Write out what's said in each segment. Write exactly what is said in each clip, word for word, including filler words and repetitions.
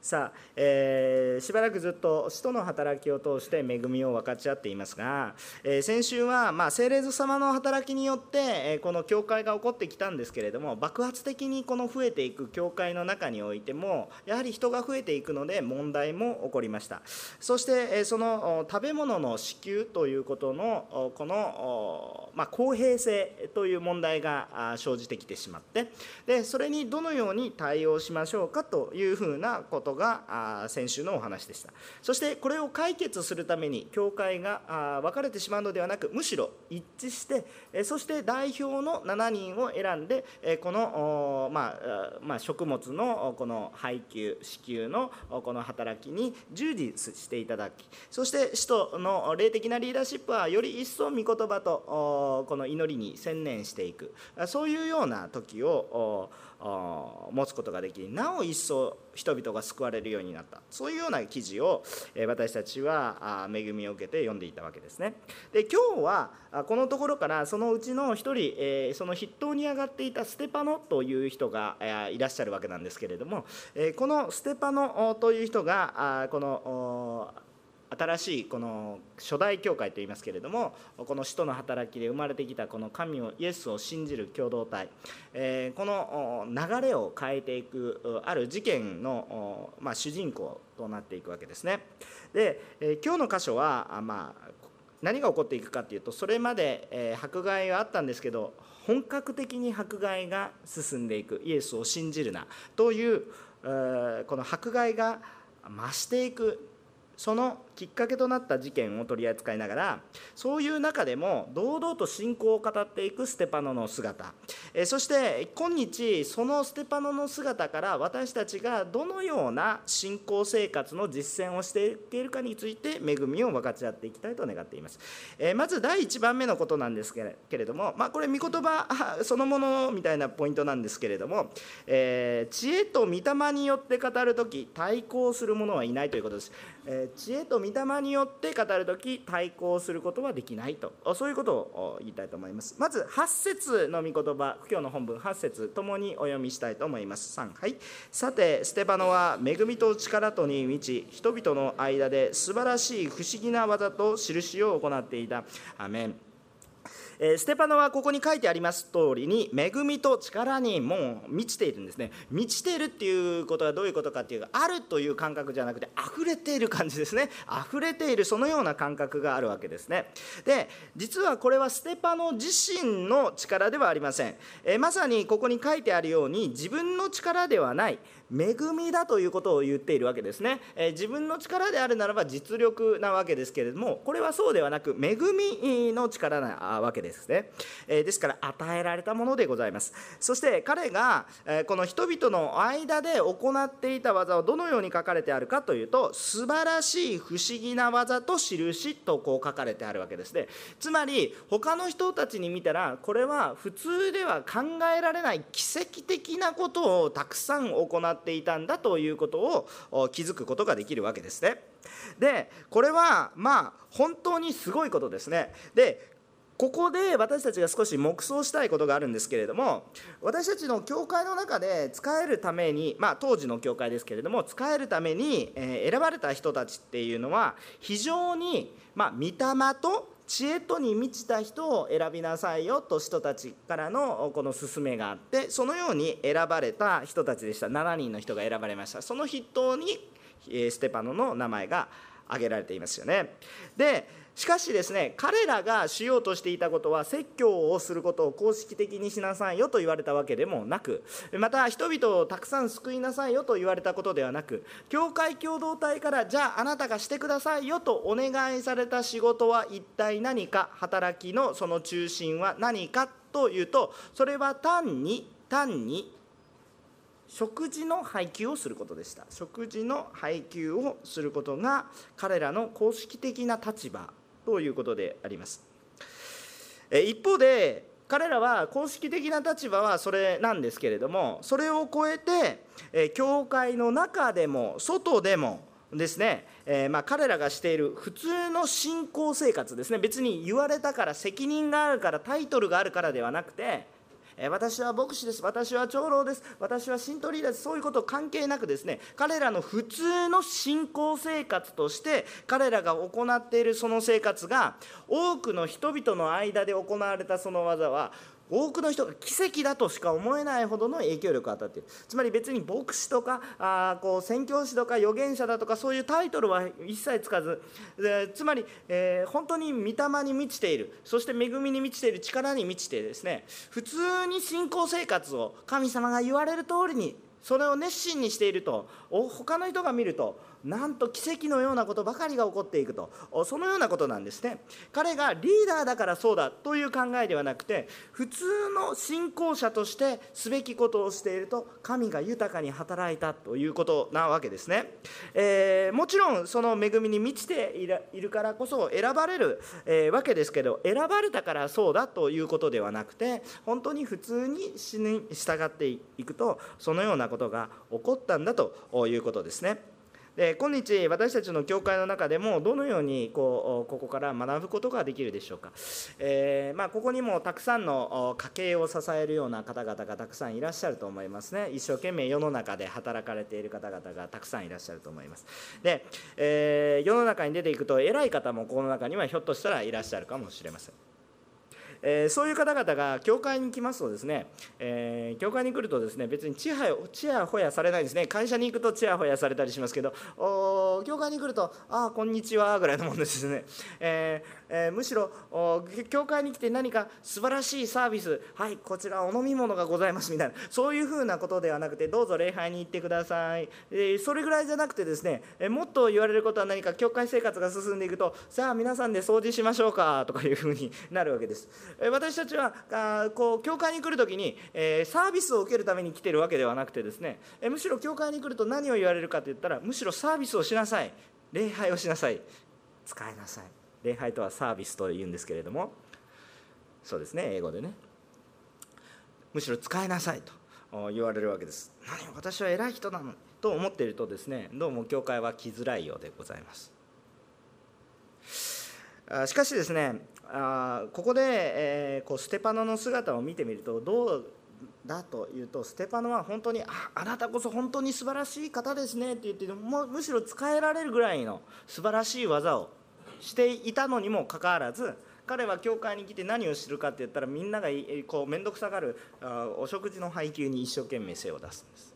さあ、えー、しばらくずっと使徒の働きを通して恵みを分かち合っていますが、えー、先週は、まあ、聖霊様の働きによって、えー、この教会が起こってきたんですけれども、爆発的にこの増えていく教会の中においてもやはり人が増えていくので問題も起こりました。そして、えー、その食べ物の支給ということのこの、まあ、公平性という問題が生じてきてしまって、でそれにどのように対応しましょうかというふうなことが先週のお話でした。そしてこれを解決するために教会が分かれてしまうのではなく、むしろ一致して、そして代表のしちにんを選んで、この、まあまあ、食物のこの配給支給のこの働きに従事していただき、そして使徒の霊的なリーダーシップはより一層御言葉とこの祈りに専念していく、そういうような時を持つことができ、なお一層人々が救われるようになった、そういうような記事を私たちは恵みを受けて読んでいたわけですね。で今日はこのところからそのうちの一人、その筆頭に上がっていたステパノという人がいらっしゃるわけなんですけれども、このステパノという人がこの新しいこの初代教会といいますけれども、この使徒の働きで生まれてきたこの神をイエスを信じる共同体、えー、この流れを変えていくある事件の、まあ、主人公となっていくわけですね。で、えー、今日の箇所は、まあ、何が起こっていくかというと、それまで、えー、迫害があったんですけど、本格的に迫害が進んでいく、イエスを信じるなという、えー、この迫害が増していく、そのきっかけとなった事件を取り扱いながら、そういう中でも堂々と信仰を語っていくステパノの姿、そして今日そのステパノの姿から私たちがどのような信仰生活の実践をしていけるかについて恵みを分かち合っていきたいと願っています。まずだいいちばんめのことなんですけれども、まあ、これ御言葉そのものみたいなポイントなんですけれども、えー、知恵と御霊によって語るとき対抗する者はいないということです。えー、知恵と御霊によって語るとき対抗することはできないと、そういうことを言いたいと思います。まずはち節の御言葉、今日の本文はち節ともにお読みしたいと思います。さん、はい。さてステパノは恵みと力とに満ち、人々の間で素晴らしい不思議な技と印を行っていた。アメン。ステパノはここに書いてあります通りに、恵みと力にもう満ちているんですね。満ちているっていうことはどういうことかっていうと、あるという感覚じゃなくて溢れている感じですね。溢れている、そのような感覚があるわけですね。で実はこれはステパノ自身の力ではありません。えまさにここに書いてあるように、自分の力ではない恵みだということを言っているわけですね。え自分の力であるならば実力なわけですけれども、これはそうではなく恵みの力なわけですね。えですから与えられたものでございます。そして彼がこの人々の間で行っていた技をどのように書かれてあるかというと、素晴らしい不思議な技と印とこう書かれてあるわけですね。つまり他の人たちに見たら、これは普通では考えられない奇跡的なことをたくさん行ってっていたんだということを気づくことができるわけですね。でこれはまあ本当にすごいことですね。でここで私たちが少し黙想したいことがあるんですけれども、私たちの教会の中で使えるために、まあ当時の教会ですけれども、使えるために選ばれた人たちっていうのは非常にまあ御霊と知恵とに満ちた人を選びなさいよと人たちからのこの勧めがあって、そのように選ばれた人たちでした。しちにんの人が選ばれました。その筆頭にステパノの名前が挙げられていますよね。でしかしですね、彼らがしようとしていたことは説教をすることを公式的にしなさいよと言われたわけでもなく、また人々をたくさん救いなさいよと言われたことではなく、教会共同体からじゃああなたがしてくださいよとお願いされた仕事は一体何か、働きのその中心は何かというと、それは単に単に食事の配給をすることでした。食事の配給をすることが彼らの公式的な立場ということであります。一方で彼らは公式的な立場はそれなんですけれども、それを超えて教会の中でも外でもですね、えー、まあ彼らがしている普通の信仰生活ですね、別に言われたから責任があるからタイトルがあるからではなくて、 私は牧師です、私は長老です、私は信徒リーダーです、そういうこと関係なくですね、彼らの普通の信仰生活として彼らが行っているその生活が、多くの人々の間で行われたその技は多くの人が奇跡だとしか思えないほどの影響力を与えている。つまり別に牧師とかあこう宣教師とか預言者だとかそういうタイトルは一切つかず、つまり、えー、本当に御霊に満ちている、そして恵みに満ちている、力に満ちているですね、普通に信仰生活を神様が言われる通りにそれを熱心にしていると、他の人が見るとなんと奇跡のようなことばかりが起こっていくと、そのようなことなんですね。彼がリーダーだからそうだという考えではなくて、普通の信仰者としてすべきことをしていると神が豊かに働いたということなわけですね。えー、もちろんその恵みに満ちているからこそ選ばれる、えー、わけですけど、選ばれたからそうだということではなくて、本当に普通に死に従っていくとそのようなことが起こったんだということですね。で今日私たちの教会の中でもどのようにこうここから学ぶことができるでしょうか。えーまあ、ここにもたくさんの家計を支えるような方々がたくさんいらっしゃると思いますね。一生懸命世の中で働かれている方々がたくさんいらっしゃると思います。で、えー、世の中に出ていくと偉い方もこの中にはひょっとしたらいらっしゃるかもしれません。えー、そういう方々が教会に来ますとですね、えー、教会に来るとですね、別にちやちやほやされないんですね。会社に行くとちやほやされたりしますけど、お教会に来るとああこんにちはぐらいのもんですね。えーえー、むしろ教会に来て何か素晴らしいサービス、はいこちらお飲み物がございますみたいな、そういうふうなことではなくて、どうぞ礼拝に行ってください、えー、それぐらいじゃなくてですね、えー、もっと言われることは何か、教会生活が進んでいくと、さあ皆さんで掃除しましょうかとかいうふうになるわけです。私たちはあこう教会に来るときに、えー、サービスを受けるために来てるわけではなくてですね、えー、むしろ教会に来ると何を言われるかといったら、むしろサービスをしなさい、礼拝をしなさい、使いなさい。礼拝とはサービスというんですけれども、そうですね、英語でね、むしろ使いなさいと言われるわけです。何、私は偉い人なのと思っているとですね、どうも教会は来づらいようでございます。しかしですね、あここで、えー、こうステパノの姿を見てみると、どうだというと、ステパノは本当に あ, あなたこそ本当に素晴らしい方ですねって言って、もむしろ使えられるぐらいの素晴らしい技をしていたのにもかかわらず、彼は教会に来て何をするかって言ったら、みんながこう面倒くさがるお食事の配給に一生懸命精を出すんです。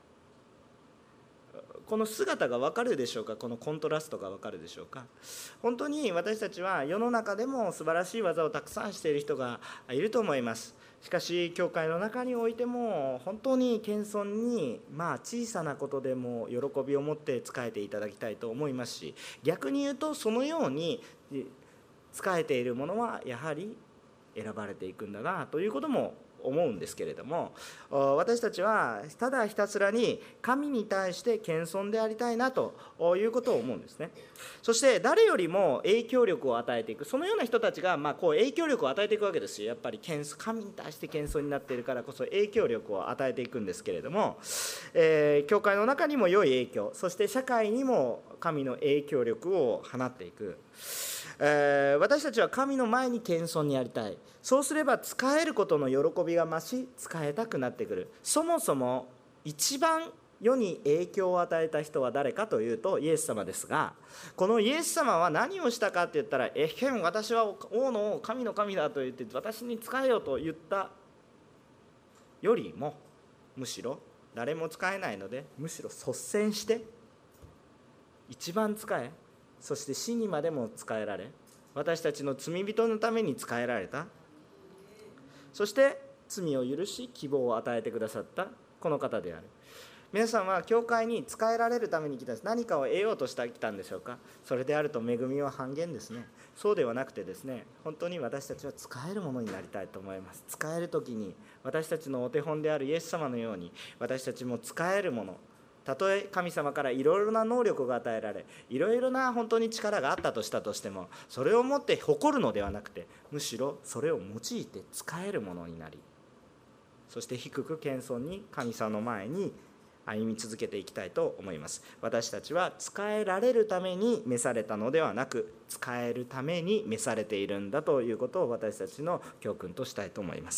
この姿が分かるでしょうか。このコントラストが分かるでしょうか。本当に私たちは世の中でも素晴らしい技をたくさんしている人がいると思います。しかし教会の中においても本当に謙遜に、まあ小さなことでも喜びを持って仕えていただきたいと思いますし、逆に言うとそのように仕えているものはやはり選ばれていくんだなということも思うんですけれども、私たちはただひたすらに神に対して謙遜でありたいなということを思うんですね。そして誰よりも影響力を与えていく、そのような人たちがまあこう影響力を与えていくわけですよ。やっぱり神に対して謙遜になっているからこそ影響力を与えていくんですけれども、えー、教会の中にも良い影響、そして社会にも神の影響力を放っていく。えー、私たちは神の前に謙遜にありたい。そうすれば使えることの喜びが増し、使えたくなってくる。そもそも一番世に影響を与えた人は誰かというとイエス様ですが、このイエス様は何をしたかって言ったら、えへん私は王の王、神の神だと言って私に使えよと言ったよりも、むしろ誰も使えないので、むしろ率先して一番使え、そして死にまでも仕えられ、私たちの罪人のために仕えられた。そして罪を許し希望を与えてくださったこの方である。皆さんは教会に仕えられるために来たんです。何かを得ようとしてきたんでしょうか。それであると恵みは半減ですね。そうではなくてですね、本当に私たちは使えるものになりたいと思います。使える時に私たちのお手本であるイエス様のように、私たちも使えるもの、たとえ神様からいろいろな能力が与えられ、いろいろな本当に力があったとしたとしても、それをもって誇るのではなくて、むしろそれを用いて使えるものになり、そして低く謙遜に神様の前に歩み続けていきたいと思います。私たちは仕えられるために召されたのではなく、仕えるために召されているんだということを私たちの教訓としたいと思います。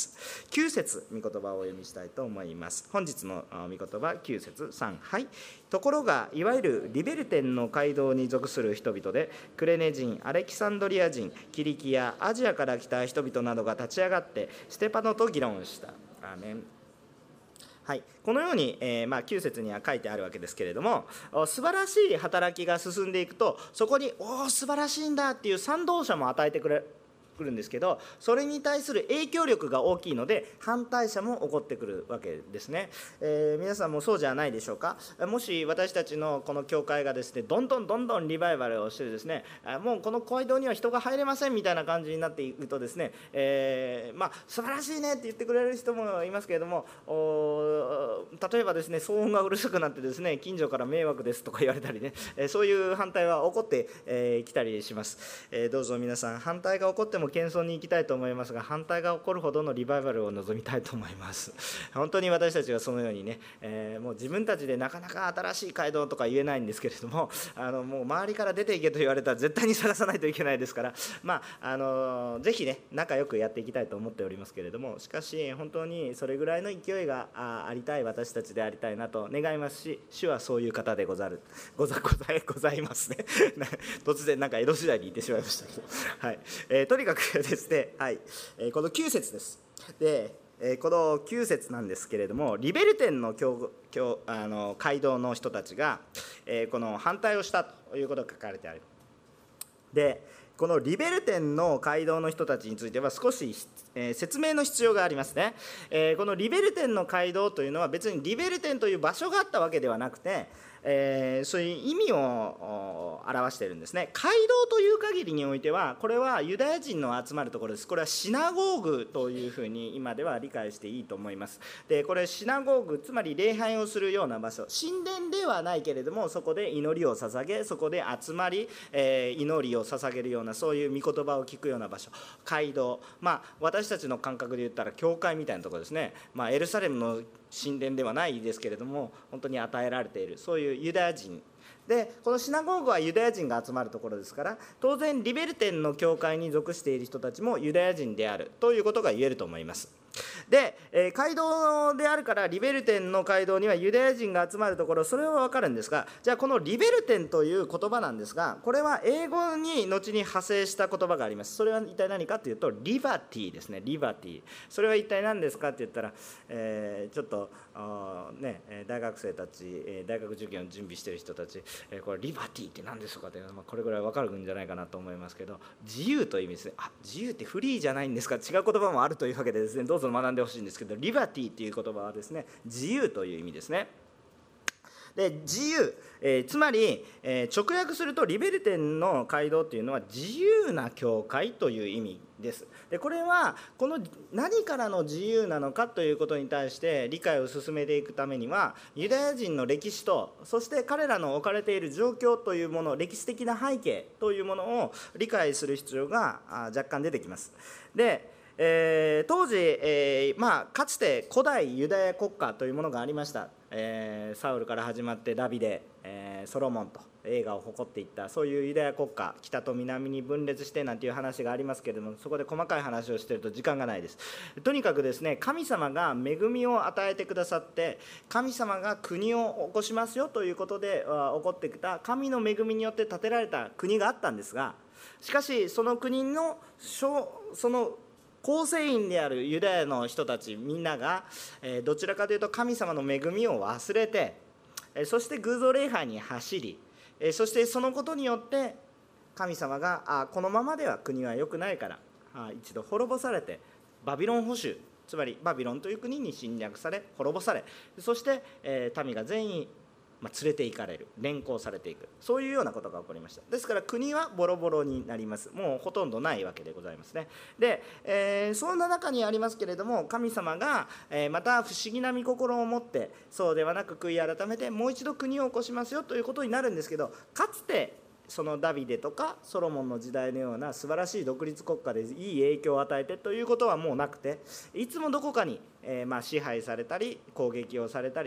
きゅう節御言葉をお読みしたいと思います。本日の御言葉きゅう節さん、はい。ところがいわゆるリベルテンの街道に属する人々で、クレネ人、アレキサンドリア人、キリキア、アジアから来た人々などが立ち上がってステパノと議論した。アーメン。はい、このように、えーまあ、きゅう節には書いてあるわけですけれども、素晴らしい働きが進んでいくと、そこにおお素晴らしいんだっていう賛同者も与えてくれくるんですけど、それに対する影響力が大きいので反対者も起こってくるわけですね。えー、皆さんもそうじゃないでしょうか。もし私たちのこの教会がですね、どんどんどんどんリバイバルをしてですね、もうこの街道には人が入れませんみたいな感じになっていくとですね、えー、まあ素晴らしいねって言ってくれる人もいますけれども、例えばですね、騒音がうるさくなってですね、近所から迷惑ですとか言われたりね、そういう反対は起こってき、えー、たりします。えー、どうぞ皆さん、反対が起こっても謙遜に行きたいと思いますが、反対が起こるほどのリバイバルを望みたいと思います。本当に私たちはそのようにね、えー、もう自分たちでなかなか新しい街道とか言えないんですけれども、あのもう周りから出ていけと言われたら絶対に探さないといけないですから、まああのぜひね仲良くやっていきたいと思っておりますけれども、しかし本当にそれぐらいの勢いが あ, ありたい私たちでありたいなと願いますし、主はそういう方でござるござござございますね。突然なんか江戸時代に言ってしまいましたけど、はい、えー、とにかくですね、はい、えー、このきゅう節です。で、えー、このきゅう節なんですけれども、リベルテンの教教あの街道の人たちが、えー、この反対をしたということが書かれてある。で、このリベルテンの街道の人たちについては少し、えー、説明の必要がありますね。えー、このリベルテンの街道というのは別にリベルテンという場所があったわけではなくて、えー、そういう意味を表しているんですね。街道という限りにおいては、これはユダヤ人の集まるところです。これはシナゴーグというふうに今では理解していいと思います。で、これシナゴーグ、つまり礼拝をするような場所、神殿ではないけれどもそこで祈りを捧げ、そこで集まり、えー、祈りを捧げるような、そういう御言葉を聞くような場所、街道、まあ私たちの感覚で言ったら教会みたいなところですね。まあエルサレムの神殿ではないですけれども、本当に与えられているそういうユダヤ人で、このシナゴーグはユダヤ人が集まるところですから、当然リベルテンの教会に属している人たちもユダヤ人であるということが言えると思います。で、えー、街道であるからリベルテンの街道にはユダヤ人が集まるところ、それは分かるんですが、じゃあこのリベルテンという言葉なんですが、これは英語に後に派生した言葉があります。それは一体何かというとリバティですね。リバティ、それは一体何ですかって言ったら、えー、ちょっとね、大学生たち、大学受験を準備している人たち、これリバティって何ですかって、まあ、これぐらい分かるんじゃないかなと思いますけど、自由という意味ですね。あ、自由ってフリーじゃないんですか、違う言葉もあるというわけでですね、どうぞ学んでほしいんですけど、リバティっていう言葉はですね、自由という意味ですね。で、自由、えー、つまり、えー、直訳するとリベルテンの街道というのは自由な教会という意味です。で、これはこの何からの自由なのかということに対して理解を進めていくためには、ユダヤ人の歴史と、そして彼らの置かれている状況というもの、歴史的な背景というものを理解する必要が若干出てきます。で、えー、当時、えーまあ、かつて古代ユダヤ国家というものがありました。えー、サウルから始まってダビデ、えー、ソロモンと栄華を誇っていった、そういうユダヤ国家、北と南に分裂してなんていう話がありますけれども、そこで細かい話をしていると時間がないです。とにかくですね、神様が恵みを与えてくださって、神様が国を起こしますよということで起こってきた神の恵みによって建てられた国があったんですが、しかしその国のその構成員であるユダヤの人たちみんなが、えー、どちらかというと神様の恵みを忘れて、えー、そして偶像礼拝に走り、えー、そしてそのことによって神様があこのままでは国は良くないからあ一度滅ぼされて、バビロン捕囚、つまりバビロンという国に侵略され滅ぼされ、そして、えー、民が全員まあ、連れて行かれる、連行されていく、そういうようなことが起こりました。ですから国はボロボロになります。もうほとんどないわけでございますね。で、えー、そんな中にありますけれども、神様が、えー、また不思議な御心を持って、そうではなく悔い改めてもう一度国を起こしますよということになるんですけど、かつてそのダビデとかソロモンの時代のような素晴らしい独立国家でいい影響を与えてということはもうなくて、いつもどこかに、えー、まあ支配されたり攻撃をされたり、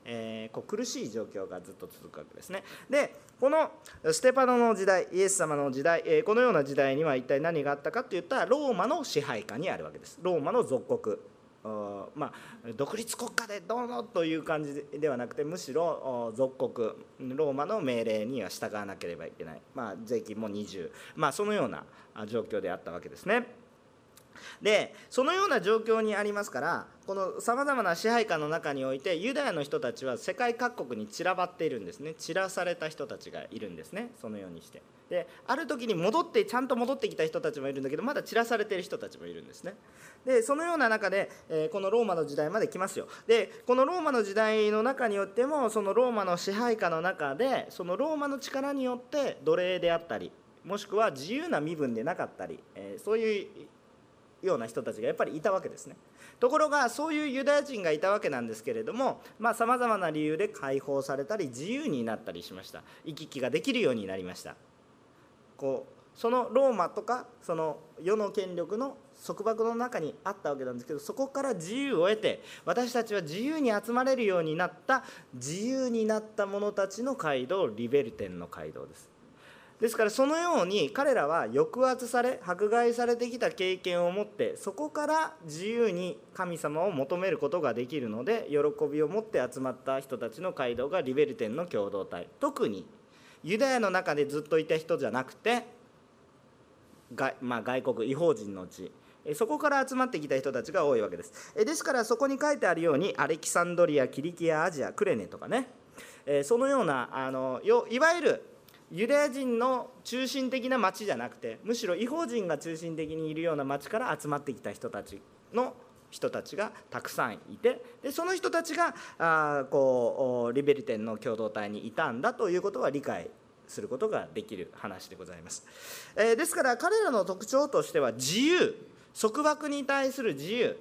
えー、こう苦しい状況がずっと続くわけですね。でこのステパノの時代、イエス様の時代、えー、このような時代には一体何があったかといったら、ローマの支配下にあるわけです。ローマの属国、まあ、独立国家でどうのという感じではなくて、むしろ属国、ローマの命令には従わなければいけない、まあ、税金もにじゅう、まあ、そのような状況であったわけですね。でそのような状況にありますから、このさまざまな支配下の中においてユダヤの人たちは世界各国に散らばっているんですね。散らされた人たちがいるんですね。そのようにしてである時に戻ってちゃんと戻ってきた人たちもいるんだけど、まだ散らされている人たちもいるんですね。でそのような中で、えー、このローマの時代まで来ますよ。でこのローマの時代の中によっても、そのローマの支配下の中で、そのローマの力によって奴隷であったり、もしくは自由な身分でなかったり、えー、そういうような人たちがやっぱりいたわけですね。ところがそういうユダヤ人がいたわけなんですけれども、さまざまな理由で解放されたり自由になったりしました。行き来ができるようになりました。こうそのローマとかその世の権力の束縛の中にあったわけなんですけど、そこから自由を得て私たちは自由に集まれるようになった、自由になった者たちの街道、リベルテンの街道です。ですからそのように彼らは抑圧され迫害されてきた経験を持って、そこから自由に神様を求めることができるので、喜びを持って集まった人たちの街道がリベルテンの共同体。特にユダヤの中でずっといた人じゃなくて、外、まあ、外国異邦人の地、そこから集まってきた人たちが多いわけです。ですからそこに書いてあるように、アレキサンドリア、キリキア、アジア、クレネとかね、そのようなあのいわゆるユダヤ人の中心的な町じゃなくて、むしろ異邦人が中心的にいるような町から集まってきた人たちの人たちがたくさんいて、でその人たちがあこうリベルテンの共同体にいたんだということは理解することができる話でございます。えー、ですから彼らの特徴としては、自由、束縛に対する自由、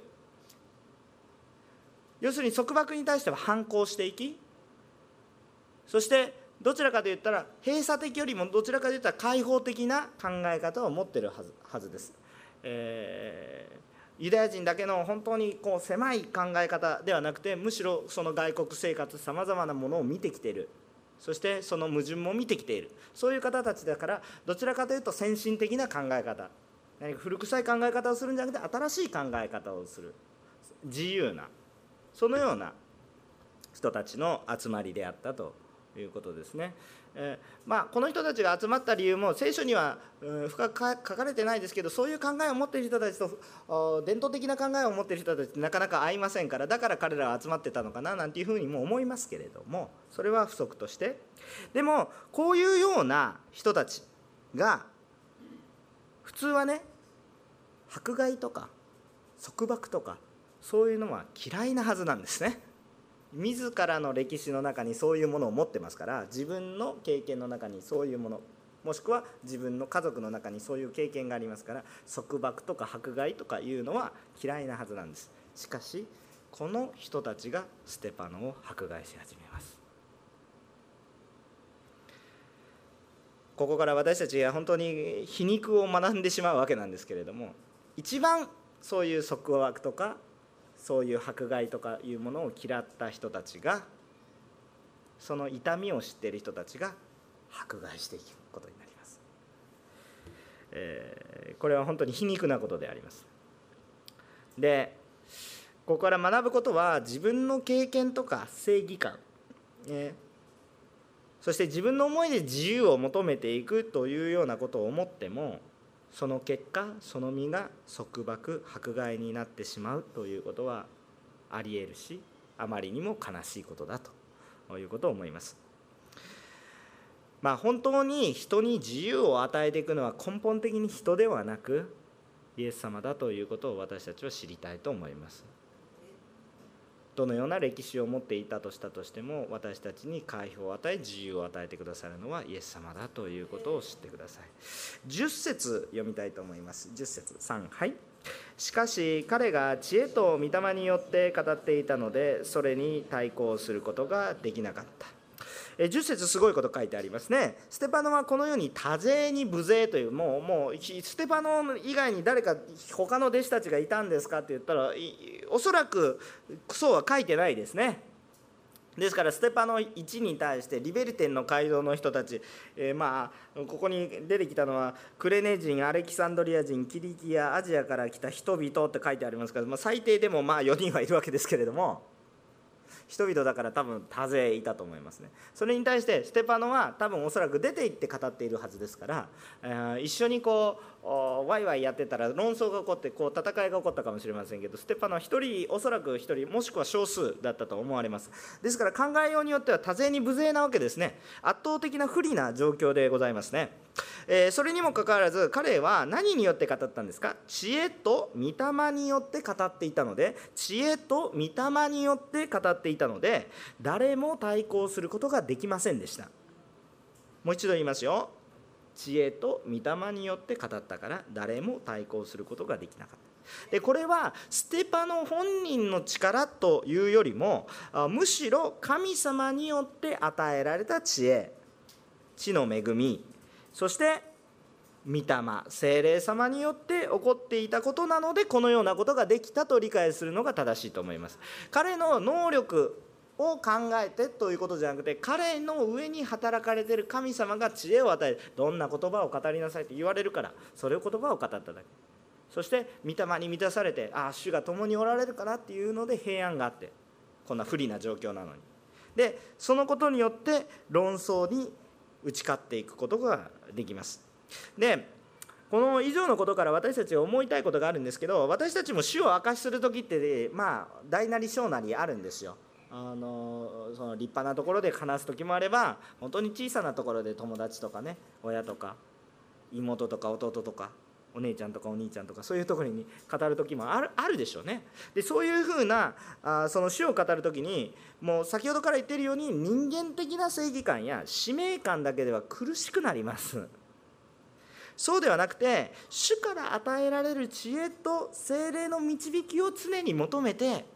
要するに束縛に対しては反抗していき、そしてどちらかといったら閉鎖的よりもどちらかといったら開放的な考え方を持っているはず、はずです。えー、ユダヤ人だけの本当にこう狭い考え方ではなくて、むしろその外国生活、さまざまなものを見てきている、そしてその矛盾も見てきている、そういう方たちだから、どちらかというと先進的な考え方、何か古臭い考え方をするんじゃなくて新しい考え方をする、自由な、そのような人たちの集まりであったということですね。えーまあ、この人たちが集まった理由も聖書には、うん、深く書かれてないですけど、そういう考えを持っている人たちと伝統的な考えを持っている人たちってなかなか合いませんから、だから彼らは集まってたのかななんていうふうにも思いますけれども、それは不足として、でもこういうような人たちが普通はね、迫害とか束縛とかそういうのは嫌いなはずなんですね。自らの歴史の中にそういうものを持ってますから、自分の経験の中にそういうもの、もしくは自分の家族の中にそういう経験がありますから、束縛とか迫害とかいうのは嫌いなはずなんです。しかしこの人たちがステパノを迫害し始めます。ここから私たちが本当に皮肉を学んでしまうわけなんですけれども、一番そういう束縛とかそういう迫害とかいうものを嫌った人たちが、その痛みを知っている人たちが迫害していくことになります。えー、これは本当に皮肉なことであります。で、ここから学ぶことは、自分の経験とか正義感、えー、そして自分の思いで自由を求めていくというようなことを思っても、その結果その身が束縛迫害になってしまうということはありえるし、あまりにも悲しいことだということを思います。まあ本当に人に自由を与えていくのは根本的に人ではなくイエス様だということを私たちは知りたいと思います。どのような歴史を持っていたとしたとしても、私たちに解放を与え自由を与えてくださるのはイエス様だということを知ってください。じゅっ節読みたいと思います。じゅっ節さん、はい。しかし彼が知恵と御霊によって語っていたので、それに対抗することができなかった。じゅっ節すごいこと書いてありますね。ステパノはこのように多勢に無勢という、もうもうステパノ以外に誰か他の弟子たちがいたんですかって言ったら、おそらくそうは書いてないですね。 ですからステパノいちに対してリベルテンの街道の人たち、えー、まあここに出てきたのはクレネ人、アレキサンドリア人、キリキア、アジアから来た人々って書いてありますから、まあ、最低でもまあよにんはいるわけですけれども、人々だから多分多勢いたと思いますね。それに対してステパノは多分おそらく出て行って語っているはずですから、えー、一緒にこうワイワイやってたら論争が起こってこう戦いが起こったかもしれませんけど、ステパノは一人、おそらく一人もしくは少数だったと思われます。ですから考えようによっては多勢に無勢なわけですね。圧倒的な不利な状況でございますね。えー、それにもかかわらず彼は何によって語ったんですか。知恵と御霊によって語っていたので、知恵と御霊によって語っていたので、誰も対抗することができませんでした。もう一度言いますよ。知恵と御霊によって語ったから誰も対抗することができなかった。でこれはステパノ本人の力というよりも、むしろ神様によって与えられた知恵、知の恵み、そして御霊、聖霊様によって起こっていたことなので、このようなことができたと理解するのが正しいと思います。彼の能力を考えてということじゃなくて、彼の上に働かれている神様が知恵を与え、どんな言葉を語りなさいと言われるから、それを言葉を語っただけ。そして御霊に満たされて、ああ主が共におられるからっていうので平安があって、こんな不利な状況なのに、でそのことによって論争に打ち勝っていくことができます。でこの以上のことから私たちは思いたいことがあるんですけど、私たちも主を明かしする時って、まあ大なり小なりあるんですよ。あのその立派なところで話す時もあれば、本当に小さなところで友達とかね、親とか妹とか弟とかお姉ちゃんとかお兄ちゃんとか、そういうところに語る時もある、あるでしょうね。でそういうふうなあその主を語る時に、もう先ほどから言っているように、人間的な正義感や使命感だけでは苦しくなります。そうではなくて、主から与えられる知恵と聖霊の導きを常に求めて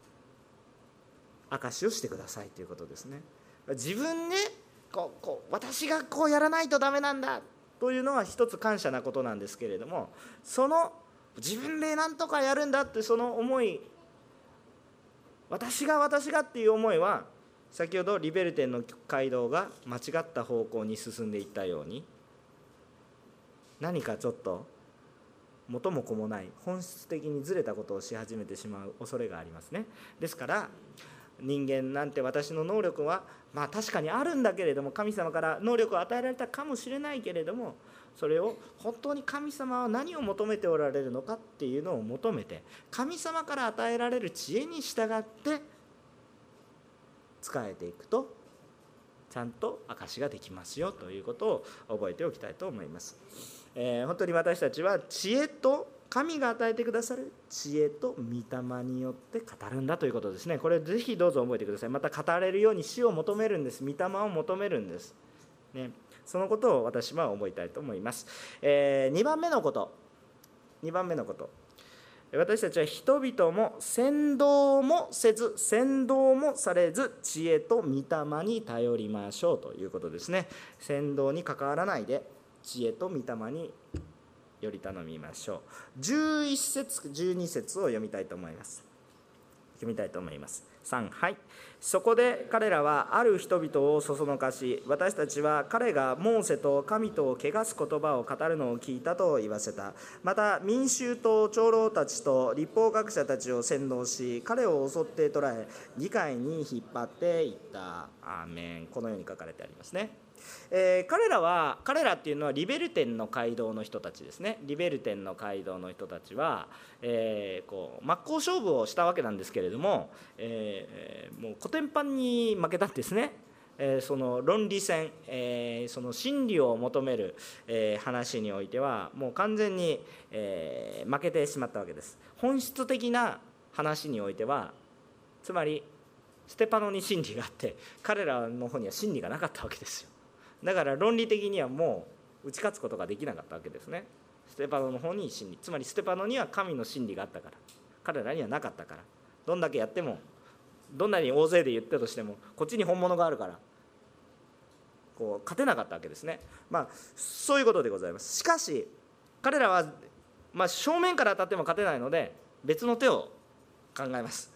証しをしてくださいということですね。自分ね、こうこう私がこうやらないとダメなんだというのは一つ感謝なことなんですけれども、その自分で何とかやるんだってその思い、私が私がっていう思いは、先ほどリベルテンの街道が間違った方向に進んでいったように、何かちょっと元も子もない本質的にずれたことをし始めてしまう恐れがありますね。ですから人間なんて、私の能力はまあ確かにあるんだけれども、神様から能力を与えられたかもしれないけれども、それを本当に神様は何を求めておられるのかっていうのを求めて、神様から与えられる知恵に従って仕えていくと、ちゃんと証しができますよということを覚えておきたいと思います。えー、本当に私たちは知恵と、神が与えてくださる知恵と御霊によって語るんだということですね。これぜひどうぞ覚えてください。また語れるように死を求めるんです。御霊を求めるんです、ね、そのことを私は覚えたいと思います。えー、にばんめのことにばんめのこと私たちは人々も先導もせず先導もされず、知恵と御霊に頼りましょうということですね。先導に関わらないで知恵と御霊により頼みましょう。じゅういっ節じゅうに節を読みたいと思います読みたいと思います。さん、はい。そこで彼らはある人々をそそのかし、私たちは彼がモーセと神とを汚す言葉を語るのを聞いたと言わせた。また民衆と長老たちと律法学者たちを扇動し、彼を襲って捕らえ議会に引っ張っていった。アーメン。このように書かれてありますね。えー、彼らは彼らっていうのはリベルテンの街道の人たちですね。リベルテンの街道の人たちは、えー、こう真っ向勝負をしたわけなんですけれども、えー、もうコテンパンに負けたんですね。えー、その論理戦、えー、その真理を求める、えー、話においてはもう完全に、えー、負けてしまったわけです。本質的な話においては、つまりステパノに真理があって彼らの方には真理がなかったわけですよ。だから論理的にはもう打ち勝つことができなかったわけですね。ステパノの方に真理、つまりステパノには神の真理があったから、彼らにはなかったから、どんだけやっても、どんなに大勢で言ったとしてもこっちに本物があるからこう勝てなかったわけですね。まあそういうことでございます。しかし彼らは、まあ、正面から当たっても勝てないので別の手を考えます。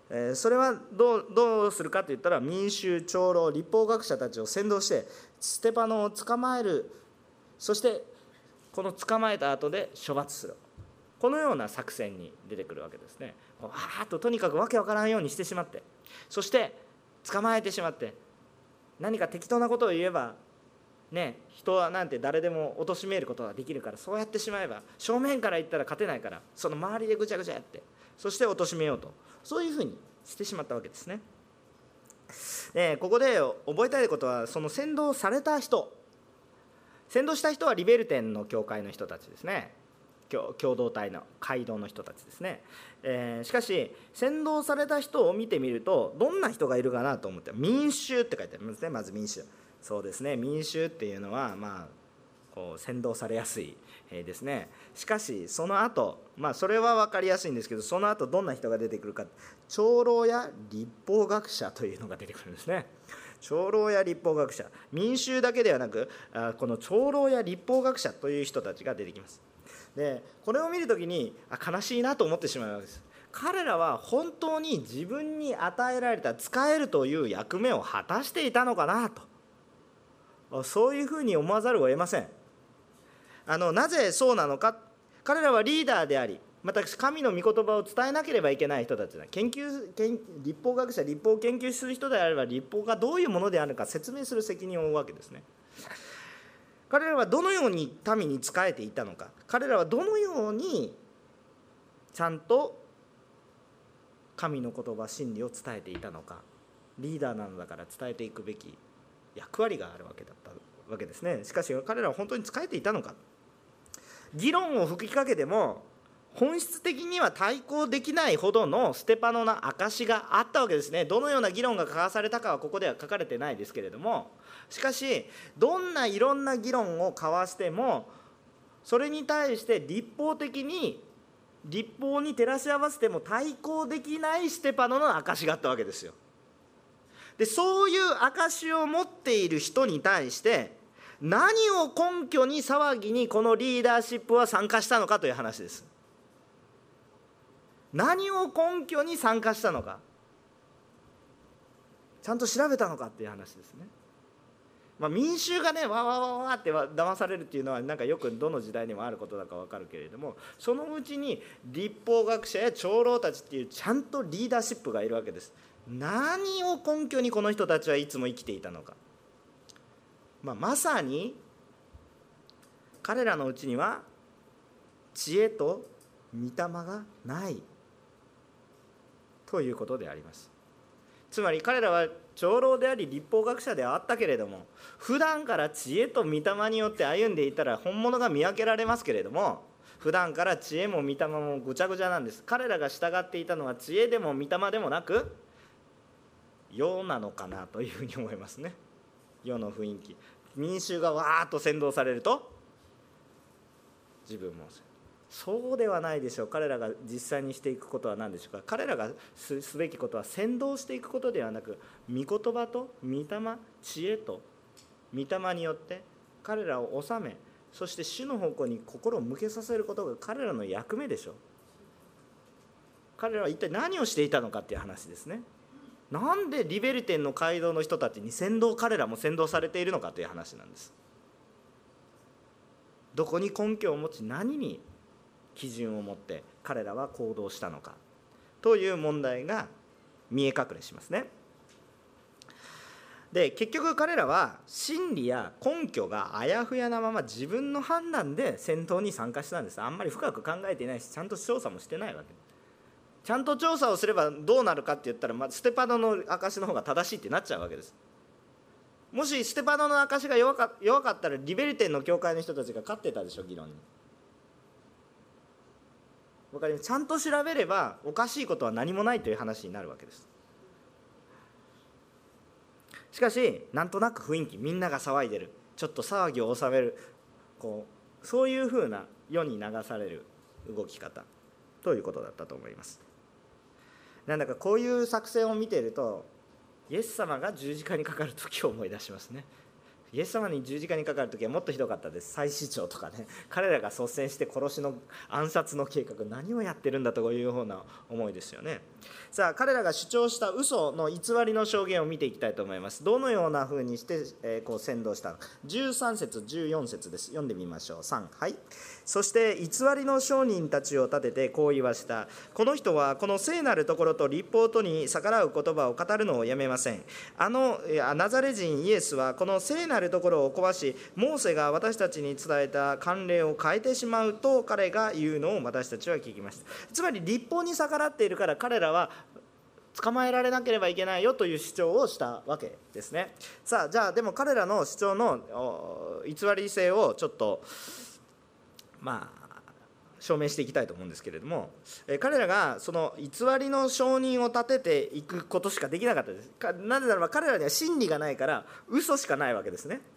えー、それはどう、どうするかといったら、民衆、長老、律法学者たちを先導してステパノを捕まえる、そしてこの捕まえた後で処罰する、このような作戦に出てくるわけですね。わーっととにかくわけわからんようにしてしまって、そして捕まえてしまって、何か適当なことを言えばね、人はなんて誰でも貶めることができるから、そうやってしまえば正面から言ったら勝てないから、その周りでぐちゃぐちゃやって、そして貶めようと、そういうふうにしてしまったわけですね。でここで覚えたいことは、その先導された人、先導した人はリベルテンの教会の人たちですね。共同体の街道の人たちですね。えー、しかし先導された人を見てみると、どんな人がいるかなと思って、民衆って書いてありますね。まず民衆、そうですね、民衆っていうのは、まあこう先導されやすいですね。しかしその後、まあそれは分かりやすいんですけど、その後どんな人が出てくるか、長老や律法学者というのが出てくるんですね。長老や律法学者、民衆だけではなく、この長老や律法学者という人たちが出てきます。でこれを見るときに、あ、悲しいなと思ってしまうわけです。彼らは本当に自分に与えられた使えるという役目を果たしていたのかなと、そういうふうに思わざるを得ません。あのなぜそうなのか。彼らはリーダーであり、また神の御言葉を伝えなければいけない人たちだ。研究研律法学者、律法を研究する人であれば、律法がどういうものであるか説明する責任を負うわけですね。彼らはどのように民に仕えていたのか、彼らはどのようにちゃんと神の言葉、真理を伝えていたのか。リーダーなのだから伝えていくべき役割があるわけだったわけですね。しかし彼らは本当に仕えていたのか。議論を吹きかけても本質的には対抗できないほどのステパノの証があったわけですね。どのような議論が交わされたかはここでは書かれてないですけれども、しかしどんないろんな議論を交わしても、それに対して立法的に立法に照らし合わせても対抗できないステパノの証があったわけですよ。でそういう証を持っている人に対して何を根拠に騒ぎにこのリーダーシップは参加したのかという話です。何を根拠に参加したのか、ちゃんと調べたのかっていう話ですね。まあ、民衆がねわわわわって騙されるっていうのはなんかよくどの時代にもあることだか分かるけれども、そのうちに律法学者や長老たちっていうちゃんとリーダーシップがいるわけです。何を根拠にこの人たちはいつも生きていたのか、まあ、まさに彼らのうちには知恵と御霊がないということであります。つまり彼らは長老であり律法学者ではあったけれども、普段から知恵と御霊によって歩んでいたら本物が見分けられますけれども、普段から知恵も御霊もぐちゃぐちゃなんです。彼らが従っていたのは知恵でも御霊でもなく世なのかなというふうに思いますね。世の雰囲気、民衆がわーっと扇動されると自分もそうではないでしょう。彼らが実際にしていくことは何でしょうか。彼らが す, すべきことは先導していくことではなく、御言葉と御霊、知恵と御霊によって彼らを治め、そして主の方向に心を向けさせることが彼らの役目でしょう。彼らは一体何をしていたのかっていう話ですね。なんでリベルテンの街道の人たちに先導、彼らも先導されているのかという話なんです。どこに根拠を持ち、何に基準を持って彼らは行動したのかという問題が見え隠れしますね。で結局彼らは真理や根拠があやふやなまま自分の判断で戦闘に参加したんです。あんまり深く考えていないし、ちゃんと調査もしてないわけ。ちゃんと調査をすればどうなるかって言ったら、まあ、ステパノの証の方が正しいってなっちゃうわけです。もしステパノの証が弱か、弱かったらリベルテンの教会の人たちが勝ってたでしょ、議論に。わかります。ちゃんと調べればおかしいことは何もないという話になるわけです。しかしなんとなく雰囲気、みんなが騒いでる、ちょっと騒ぎを収める、こうそういうふうな世に流される動き方ということだったと思います。なんだかこういう作戦を見ていると、イエス様が十字架にかかる時を思い出しますね。 イエス様に十字架にかかる時はもっとひどかったです。祭司長とかね、彼らが率先して殺しの暗殺の計画、何をやってるんだというような思いですよね。さあ、彼らが主張した嘘の偽りの証言を見ていきたいと思います。どのようなふうにして、えー、こう扇動したのか。じゅうさん節じゅうよん節です。読んでみましょう。さん、はい。そして偽りの証人たちを立ててこう言わした。この人はこの聖なるところと律法とに逆らう言葉を語るのをやめません。あのナザレ人イエスはこの聖なるところを壊し、モーセが私たちに伝えた慣例を変えてしまうと彼が言うのを私たちは聞きました。つまり律法に逆らっているから彼らは捕まえられなければいけないよという主張をしたわけですね。さあ、じゃあでも彼らの主張の偽り性をちょっとまあ証明していきたいと思うんですけれども、彼らがその偽りの証人を立てていくことしかできなかったです。なぜならば彼らには真理がないから嘘しかないわけですね。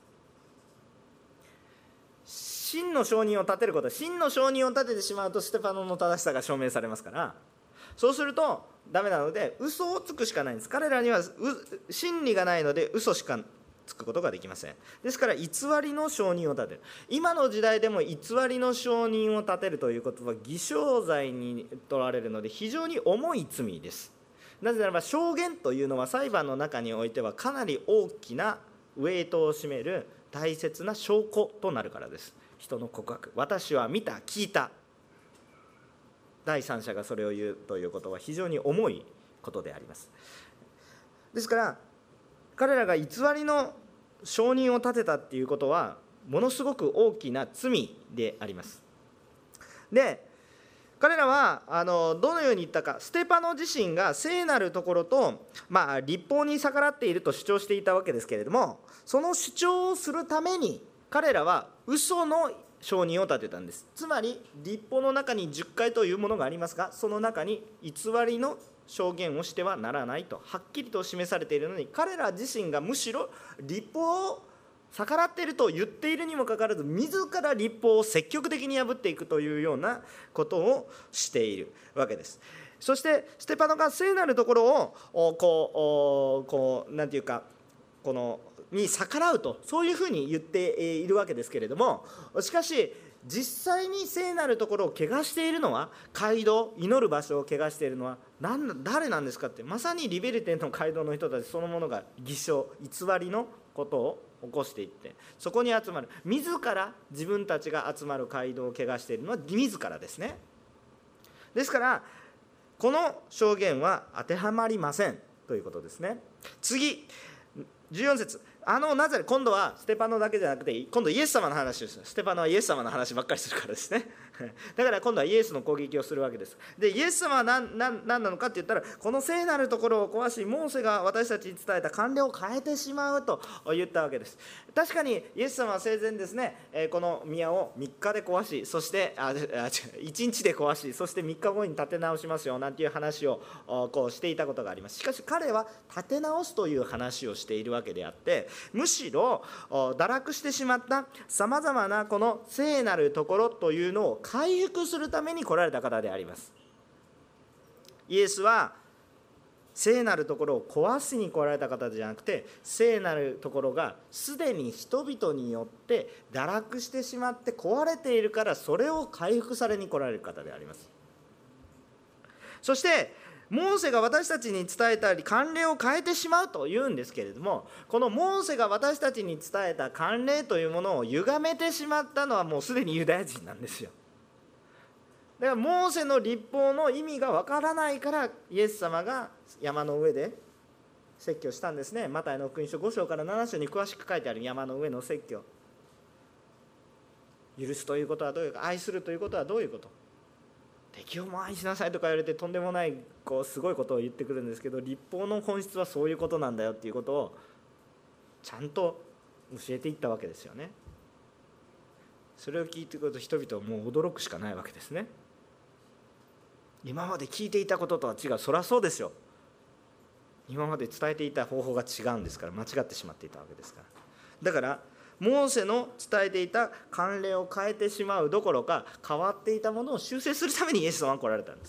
真の証人を立てること、真の証人を立ててしまうとステパノの正しさが証明されますから、そうするとダメなので嘘をつくしかないんです。彼らには真理がないので嘘しかつくことができません。ですから偽りの証人を立てる。今の時代でも偽りの証人を立てるということは偽証罪に取られるので非常に重い罪です。なぜならば証言というのは裁判の中においてはかなり大きなウェイトを占める大切な証拠となるからです。人の告白、私は見た、聞いた、第三者がそれを言うということは非常に重いことであります。ですから彼らが偽りの証人を立てたっていうことはものすごく大きな罪であります。で、彼らはあのどのように言ったか。ステパノ自身が聖なるところと、まあ、律法に逆らっていると主張していたわけですけれども、その主張をするために彼らは嘘の証人を立てたんです。つまり律法の中にじゅっかいというものがありますが、その中に偽りの証言をしてはならないとはっきりと示されているのに、彼ら自身がむしろ律法を逆らっていると言っているにもかかわらず自ら律法を積極的に破っていくというようなことをしているわけです。そしてステパノが聖なるところをこうこうなんていうかこのに逆らうと、そういうふうに言っているわけですけれども、しかし実際に聖なるところを汚しているのは、街道、祈る場所を汚しているのは何誰なんですかって、まさにリベルテンの街道の人たちそのものが偽証、偽りのことを起こしていって、そこに集まる、自ら自分たちが集まる街道を汚しているのは自らですね。ですからこの証言は当てはまりませんということですね。次じゅうよん節、あのナザレ、今度はステパノだけじゃなくて今度イエス様の話です。ステパノはイエス様の話ばっかりするからですね。だから今度はイエスの攻撃をするわけです。でイエス様は何, 何, 何なのかって言ったら、この聖なるところを壊しモーセが私たちに伝えた慣例を変えてしまうと言ったわけです。確かにイエス様は生前ですね、この宮をみっかで壊し、そしてあいちにちで壊し、そしてみっかごに建て直しますよなんていう話をこうしていたことがあります。しかし彼は建て直すという話をしているわけであって、むしろ堕落してしまったさまざまなこの聖なるところというのを回復するために来られた方であります。イエスは聖なるところを壊しに来られた方じゃなくて、聖なるところがすでに人々によって堕落してしまって壊れているから、それを回復されに来られる方であります。そしてモーセが私たちに伝えたり慣例を変えてしまうというんですけれども、このモーセが私たちに伝えた慣例というものを歪めてしまったのはもうすでにユダヤ人なんですよ。だからモーセの律法の意味がわからないからイエス様が山の上で説教したんですね。マタイの福音書ご章からなな章に詳しく書いてある山の上の説教。許すということはどういうか、愛するということはどういうこと、敵をも愛しなさいとか言われてとんでもないこうすごいことを言ってくるんですけど、律法の本質はそういうことなんだよっていうことをちゃんと教えていったわけですよね。それを聞いてくると人々はもう驚くしかないわけですね。今まで聞いていたこととは違う。そりゃそうですよ。今まで伝えていた方法が違うんですから、間違ってしまっていたわけですから。だからモーセの伝えていた慣例を変えてしまうどころか、変わっていたものを修正するためにイエス様は来られたんです。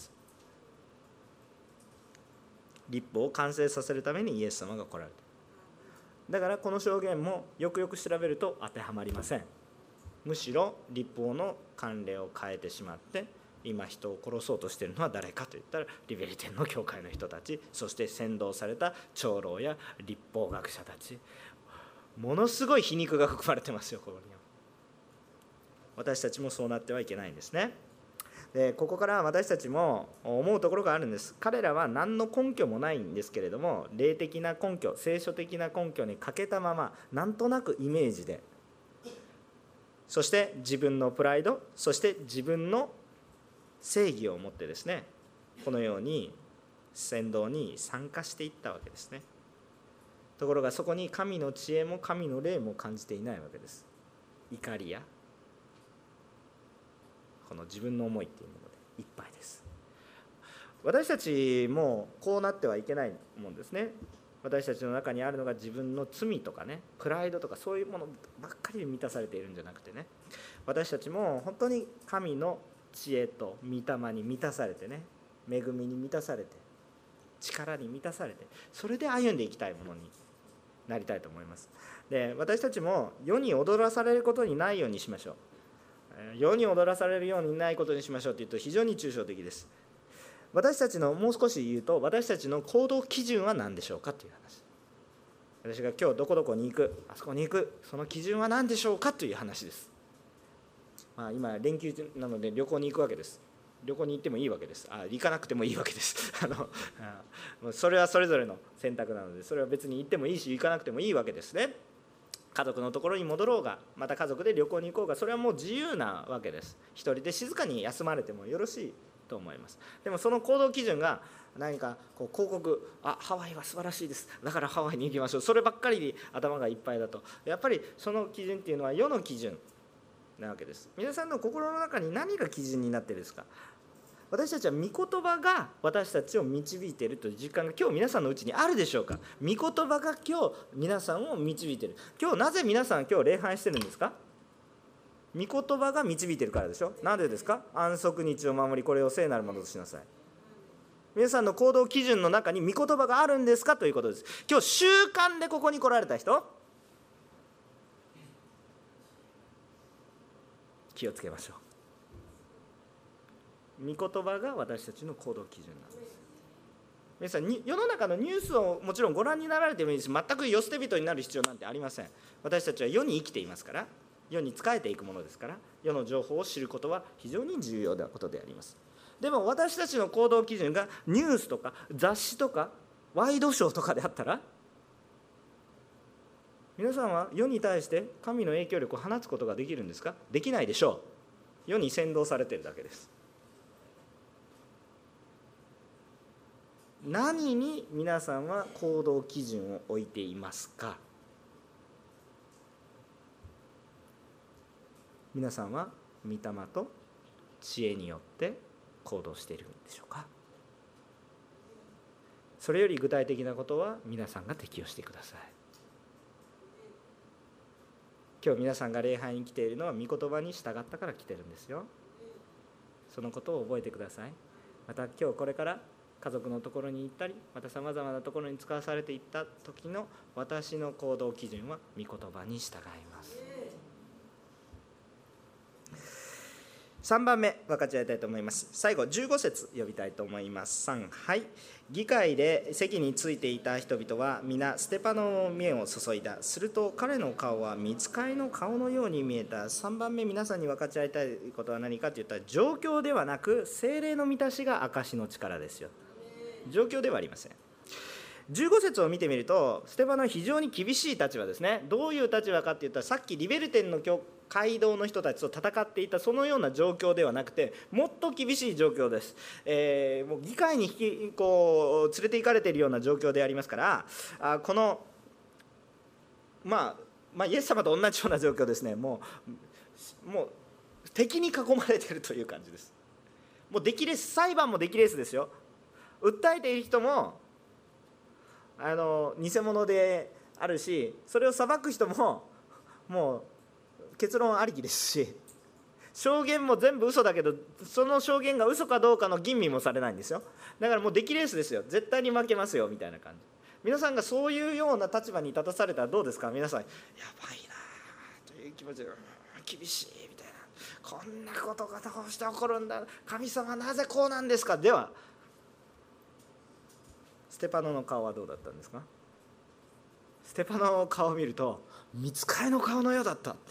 律法を完成させるためにイエス様が来られた。 だからこの証言もよくよく調べると当てはまりません。むしろ律法の慣例を変えてしまって、今人を殺そうとしているのは誰かといったらリベリテンの教会の人たち、そして扇動された長老や律法学者たち、ものすごい皮肉が含まれてますよ。ここには私たちもそうなってはいけないんですね。でここから私たちも思うところがあるんです。彼らは何の根拠もないんですけれども、霊的な根拠、聖書的な根拠に欠けたまま、なんとなくイメージで、そして自分のプライド、そして自分の正義を持ってですね、このように扇動に参加していったわけですね。ところがそこに神の知恵も神の霊も感じていないわけです。怒りやこの自分の思いっていうものでいっぱいです。私たちもこうなってはいけないもんですね。私たちの中にあるのが自分の罪とかね、プライドとかそういうものばっかり満たされているんじゃなくてね、私たちも本当に神の知恵と御霊に満たされてね、恵みに満たされて、力に満たされて、それで歩んでいきたいものになりたいと思います。で私たちも世に踊らされることにないようにしましょう。世に踊らされるようにないことにしましょうというと非常に抽象的です。私たちの、もう少し言うと、私たちの行動基準は何でしょうかという話。私が今日どこどこに行く、あそこに行く、その基準は何でしょうかという話です。まあ、今連休なので旅行に行くわけです。旅行に行ってもいいわけです。あ、行かなくてもいいわけですあのそれはそれぞれの選択なので、それは別に行ってもいいし行かなくてもいいわけですね。家族のところに戻ろうが、また家族で旅行に行こうが、それはもう自由なわけです。一人で静かに休まれてもよろしいと思います。でもその行動基準が何かこう広告、あ、ハワイは素晴らしいです、だからハワイに行きましょう、そればっかりに頭がいっぱいだと、やっぱりその基準っていうのは世の基準なわけです。皆さんの心の中に何が基準になっているんですか。私たちは御言葉が私たちを導いているという実感が今日皆さんのうちにあるでしょうか。御言葉が今日皆さんを導いている。今日なぜ皆さん今日礼拝してるんですか。御言葉が導いているからでしょ。なんでですか。安息日を守り、これを聖なるものとしなさい。皆さんの行動基準の中に御言葉があるんですかということです。今日習慣でここに来られた人、気をつけましょう。御言葉が私たちの行動基準なんです。皆さんに世の中のニュースをもちろんご覧になられてもいいです。全く世捨て人になる必要なんてありません。私たちは世に生きていますから、世に仕えていくものですから、世の情報を知ることは非常に重要なことであります。でも私たちの行動基準がニュースとか雑誌とかワイドショーとかであったら、皆さんは世に対して神の影響力を放つことができるんですか。できないでしょう。世に扇動されているだけです。何に皆さんは行動基準を置いていますか。皆さんは御霊と知恵によって行動しているんでしょうか。それより具体的なことは皆さんが適用してください。今日皆さんが礼拝に来ているのは御言葉に従ったから来てるんですよ。そのことを覚えてください。また今日これから家族のところに行ったり、またさまざまなところに使わされていった時の私の行動基準は御言葉に従います。さんばんめ分かち合いたいと思います。最後じゅうご節読みたいと思います。さん、はい。議会で席についていた人々は皆ステパノの目を注いだ。すると彼の顔は御使いの顔のように見えた。さんばんめ皆さんに分かち合いたいことは何かといったら、状況ではなく聖霊の満たしが証の力ですよ。状況ではありません。じゅうご節を見てみると、ステパノは非常に厳しい立場ですね。どういう立場かっていったら、さっきリベルテンの街道の人たちと戦っていたそのような状況ではなくて、もっと厳しい状況です。えー、もう議会に引きこう連れて行かれているような状況でありますから、あこの、まあ、まあイエス様と同じような状況ですね。もう、もう敵に囲まれているという感じです。もう出来レース、裁判も出来レースですよ。訴えている人もあの偽物であるし、それを裁く人ももう結論ありきですし、証言も全部嘘だけど、その証言が嘘かどうかの吟味もされないんですよ。だからもう出来レースですよ。絶対に負けますよみたいな感じ皆さんがそういうような立場に立たされたらどうですか。皆さんやばいなという気持ちで、厳しいみたいな、こんなことがどうして起こるんだ、神様なぜこうなんですか。ではステパノの顔はどうだったんですか。ステパノの顔を見ると御使いの顔のようだったって、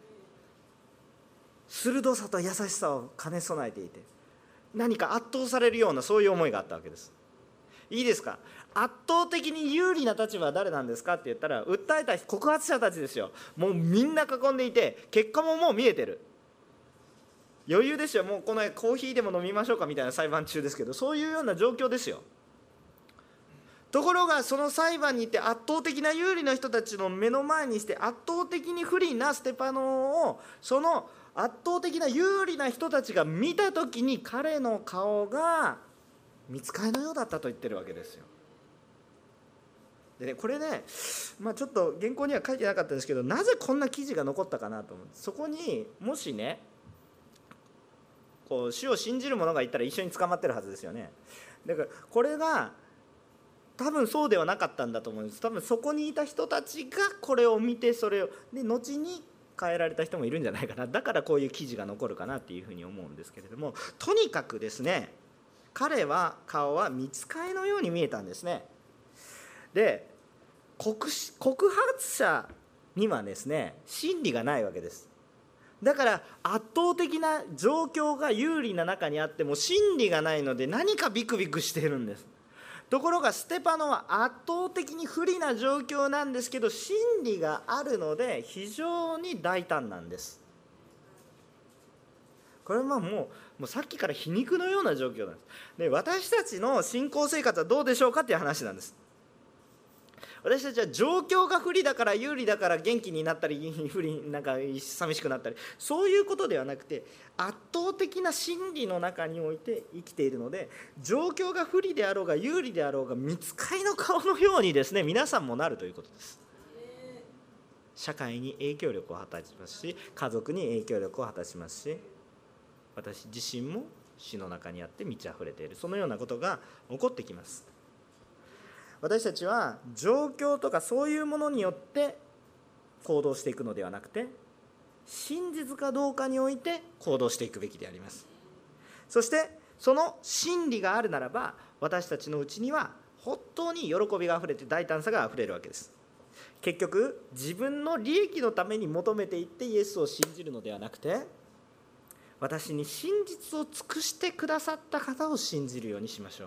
鋭さと優しさを兼ね備えていて、何か圧倒されるようなそういう思いがあったわけです。いいですか。圧倒的に有利な立場は誰なんですかって言ったら、訴えた告発者たちですよ。もうみんな囲んでいて、結果ももう見えてる、余裕ですよ。もうこのコーヒーでも飲みましょうかみたいな裁判中ですけど、そういうような状況ですよ。ところがその裁判に行って圧倒的な有利な人たちの目の前にして、圧倒的に不利なステパノをその圧倒的な有利な人たちが見た時に、彼の顔が御使いのようだったと言ってるわけですよ。でね、これね、まあ、ちょっと原稿には書いてなかったんですけど、なぜこんな記事が残ったかなと思う。そこにもしね、こう主を信じる者がいたら一緒に捕まってるはずですよね。だからこれが多分そうではなかったんだと思うんです。多分そこにいた人たちがこれを見て、それをで後に変えられた人もいるんじゃないかな。だからこういう記事が残るかなっていうふうに思うんですけれども、とにかくですね、彼は顔は御使いのように見えたんですね。で、告告発者にはですね、真理がないわけです。だから圧倒的な状況が有利な中にあっても真理がないので、何かビクビクしているんです。ところがステパノは圧倒的に不利な状況なんですけど、真理があるので非常に大胆なんです。これはもう、もうさっきから皮肉のような状況なんです。で、私たちの信仰生活はどうでしょうかっていう話なんです。私たちは状況が不利だから有利だから元気になったり、不利なんか寂しくなったり、そういうことではなくて、圧倒的な真理の中において生きているので、状況が不利であろうが有利であろうが、御使いの顔のようにですね、皆さんもなるということです。社会に影響力を果たしますし、家族に影響力を果たしますし、私自身も死の中にあって満ち溢れている、そのようなことが起こってきます。私たちは状況とかそういうものによって行動していくのではなくて、真実かどうかにおいて行動していくべきであります。そしてその真理があるならば、私たちのうちには本当に喜びがあふれて大胆さがあふれるわけです。結局自分の利益のために求めていってイエスを信じるのではなくて、私に真実を尽くしてくださった方を信じるようにしましょう。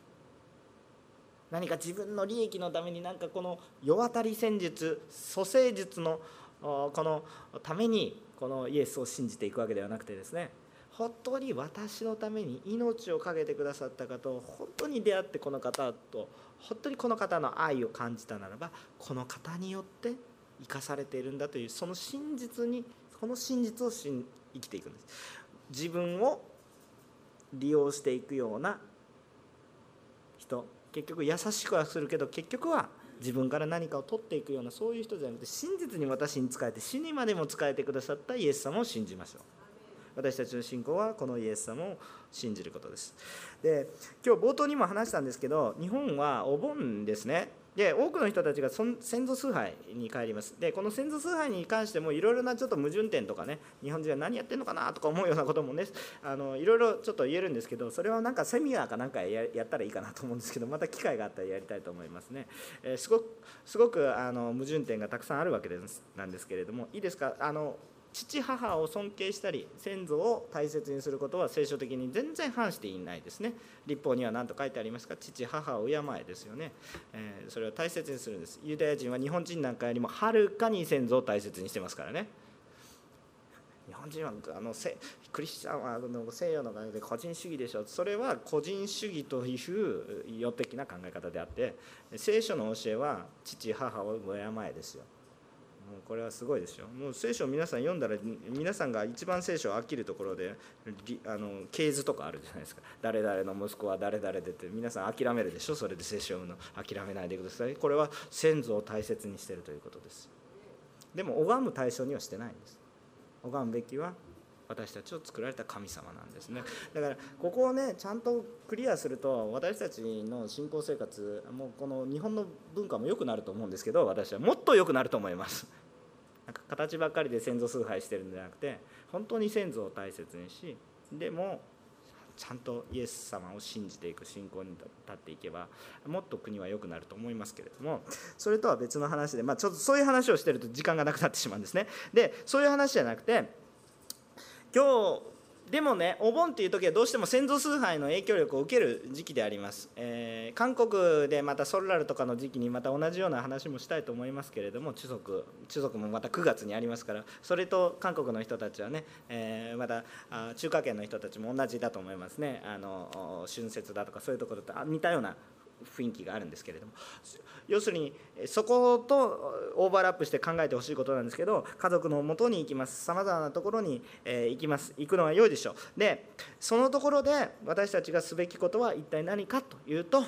何か自分の利益のために、なんかこの世渡り戦術、蘇生術のこのためにこのイエスを信じていくわけではなくてですね、本当に私のために命を懸けてくださった方を本当に出会って、この方と本当にこの方の愛を感じたならば、この方によって生かされているんだという、その真実に、この真実を生きていくんです。自分を利用していくような人、結局優しくはするけど結局は自分から何かを取っていくような、そういう人じゃなくて、真実に私に仕えて死にまでも仕えてくださったイエス様を信じましょう。私たちの信仰はこのイエス様を信じることです。で、今日冒頭にも話したんですけど、日本はお盆ですね。で、多くの人たちが先祖崇拝に帰ります。で、この先祖崇拝に関してもいろいろなちょっと矛盾点とかね、日本人は何やってんのかなとか思うようなこともね、あのいろいろちょっと言えるんですけど、それはなんかセミナーかなんか や, やったらいいかなと思うんですけど、また機会があったらやりたいと思いますね。えー、すごくすごくあの矛盾点がたくさんあるわけですなんですけれども、いいですか。あの父母を尊敬したり先祖を大切にすることは聖書的に全然反していないですね。律法には何と書いてありますか。父母を敬えですよね、えー、それを大切にするんです。ユダヤ人は日本人なんかよりもはるかに先祖を大切にしてますからね。日本人はあのクリスチャンはあの西洋の考えで個人主義でしょ。それは個人主義という世的な考え方であって、聖書の教えは父母を敬えですよ。もうこれはすごいですよ。もう聖書を皆さん読んだら、皆さんが一番聖書を飽きるところで、あの系図とかあるじゃないですか。誰々の息子は誰々でって皆さん諦めるでしょ。それで聖書を読むの諦めないでください。これは先祖を大切にしているということです。でも拝む対象にはしてないんです。拝むべきは私たちを作られた神様なんですね。だからここをねちゃんとクリアすると、私たちの信仰生活もうこの日本の文化も良くなると思うんですけど、私はもっと良くなると思います。なんか形ばっかりで先祖崇拝してるんじゃなくて、本当に先祖を大切にし、でもちゃんとイエス様を信じていく信仰に立っていけば、もっと国は良くなると思いますけれども、それとは別の話で、まあ、ちょっとそういう話をしてると時間がなくなってしまうんですね。でそういう話じゃなくて、今日でもね、お盆っていう時はどうしても先祖崇拝の影響力を受ける時期であります。えー、韓国でまたソルラルとかの時期にまた同じような話もしたいと思いますけれども、中足中足もまたくがつにありますから、それと韓国の人たちはね、えー、またあ中華圏の人たちも同じだと思いますね。あの春節だとかそういうところと似たような雰囲気があるんですけれども、要するにそことオーバーラップして考えてほしいことなんですけど、家族のもとに行きます、さまざまなところに行きます、行くのは良いでしょう。でそのところで私たちがすべきことは一体何かというと、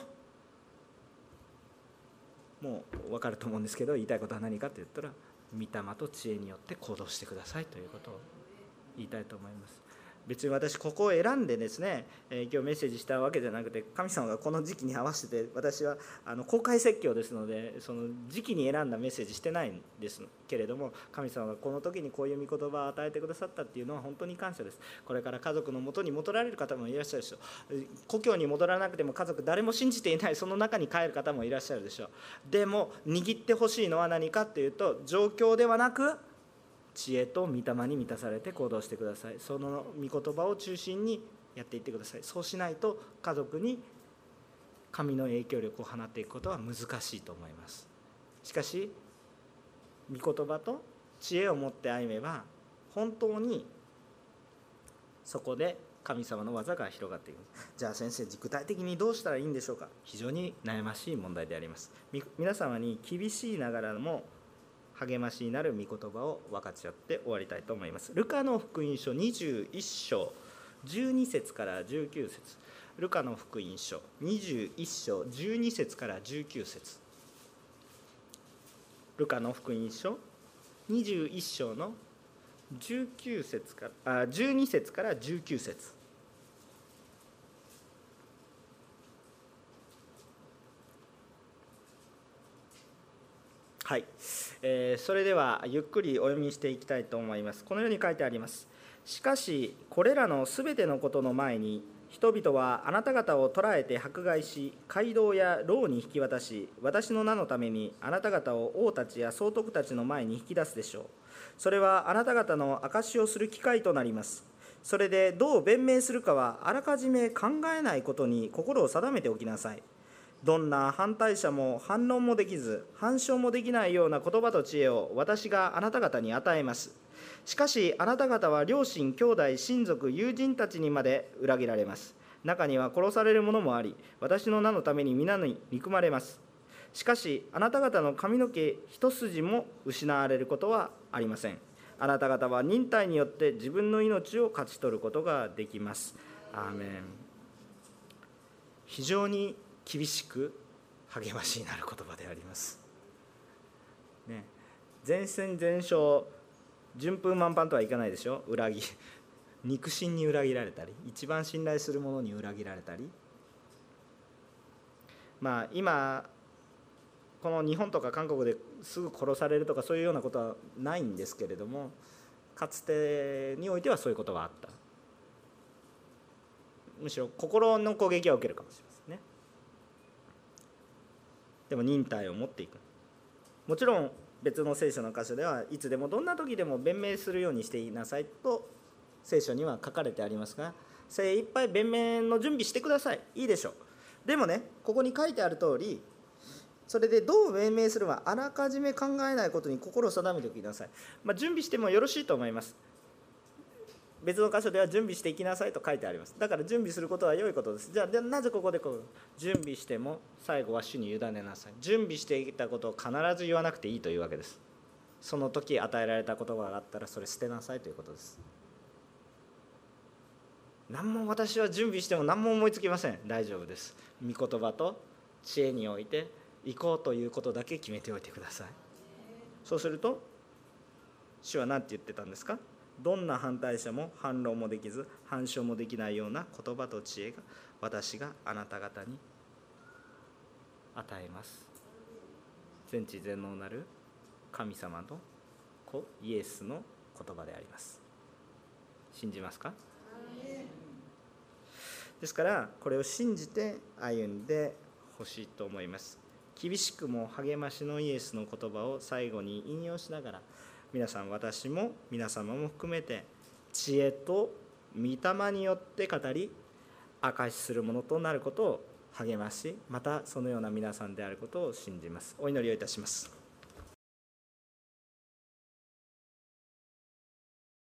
もう分かると思うんですけど、言いたいことは何かと言ったら、御霊と知恵によって行動してくださいということを言いたいと思います。別に私ここを選んでですね、えー、今日メッセージしたわけじゃなくて、神様がこの時期に合わせて、私はあの公開説教ですので、その時期に選んだメッセージしてないんですけれども、神様がこの時にこういう御言葉を与えてくださったっていうのは本当に感謝です。これから家族のもとに戻られる方もいらっしゃるでしょう。故郷に戻らなくても家族誰も信じていないその中に帰る方もいらっしゃるでしょう。でも握ってほしいのは何かっていうと、状況ではなく知恵と御霊に満たされて行動してください。その御言葉を中心にやっていってください。そうしないと家族に神の影響力を放っていくことは難しいと思います。しかし御言葉と知恵を持って歩めば、本当にそこで神様の技が広がっていく。じゃあ先生、具体的にどうしたらいいんでしょうか。非常に悩ましい問題であります。皆様に厳しいながらも励ましになる御言葉を分かち合って終わりたいと思います。ルカの福音書にじゅういっ章じゅうに節からじゅうきゅう節、ルカの福音書にじゅういっ章じゅうに節からじゅうきゅう節、ルカの福音書にじゅういっ章のじゅうきゅう節からあじゅうに節からじゅうきゅう節。はい、えー、それではゆっくりお読みしていきたいと思います。このように書いてあります。しかしこれらのすべてのことの前に、人々はあなた方を捕らえて迫害し、街道や牢に引き渡し、私の名のためにあなた方を王たちや総督たちの前に引き出すでしょう。それはあなた方の証しをする機会となります。それでどう弁明するかはあらかじめ考えないことに心を定めておきなさい。どんな反対者も反論もできず、反証もできないような言葉と知恵を私があなた方に与えます。しかしあなた方は両親、兄弟、親族、友人たちにまで裏切られます。中には殺される者もあり、私の名のために皆に憎まれます。しかしあなた方の髪の毛一筋も失われることはありません。あなた方は忍耐によって自分の命を勝ち取ることができます。アーメン。非常に厳しく励ましになる言葉であります、ね、全戦全勝、順風満帆とはいかないでしょ。裏切肉親に裏切られたり、一番信頼する者に裏切られたり、まあ今この日本とか韓国ですぐ殺されるとかそういうようなことはないんですけれども、かつてにおいてはそういうことがあった。むしろ心の攻撃は受けるかもしれませんね。でも忍耐を持っていく。もちろん別の聖書の箇所ではいつでもどんな時でも弁明するようにしていなさいと聖書には書かれてありますが、精一杯弁明の準備してください。いいでしょう。でもね、ここに書いてある通り、それでどう弁明するはあらかじめ考えないことに心を定めておきなさい。まあ、準備してもよろしいと思います。別の箇所では準備していきなさいと書いてあります。だから準備することは良いことです。じゃあなぜここでこう準備しても最後は主に委ねなさい。準備していたことを必ず言わなくていいというわけです。その時与えられた言葉があったらそれ捨てなさいということです。何も私は準備しても何も思いつきません。大丈夫です。御言葉と知恵において行こうということだけ決めておいてください。そうすると主は何て言ってたんですか。 どんな反対者も反論もできず反証もできないような言葉と知恵が私があなた方に与えます。全知全能なる神様の子イエスの言葉であります。信じますか？ですからこれを信じて歩んでほしいと思います。厳しくも励ましのイエスの言葉を最後に引用しながら、皆さん、私も皆様も含めて知恵と御霊によって語り証しするものとなることを励まし、またそのような皆さんであることを信じます。お祈りをいたします。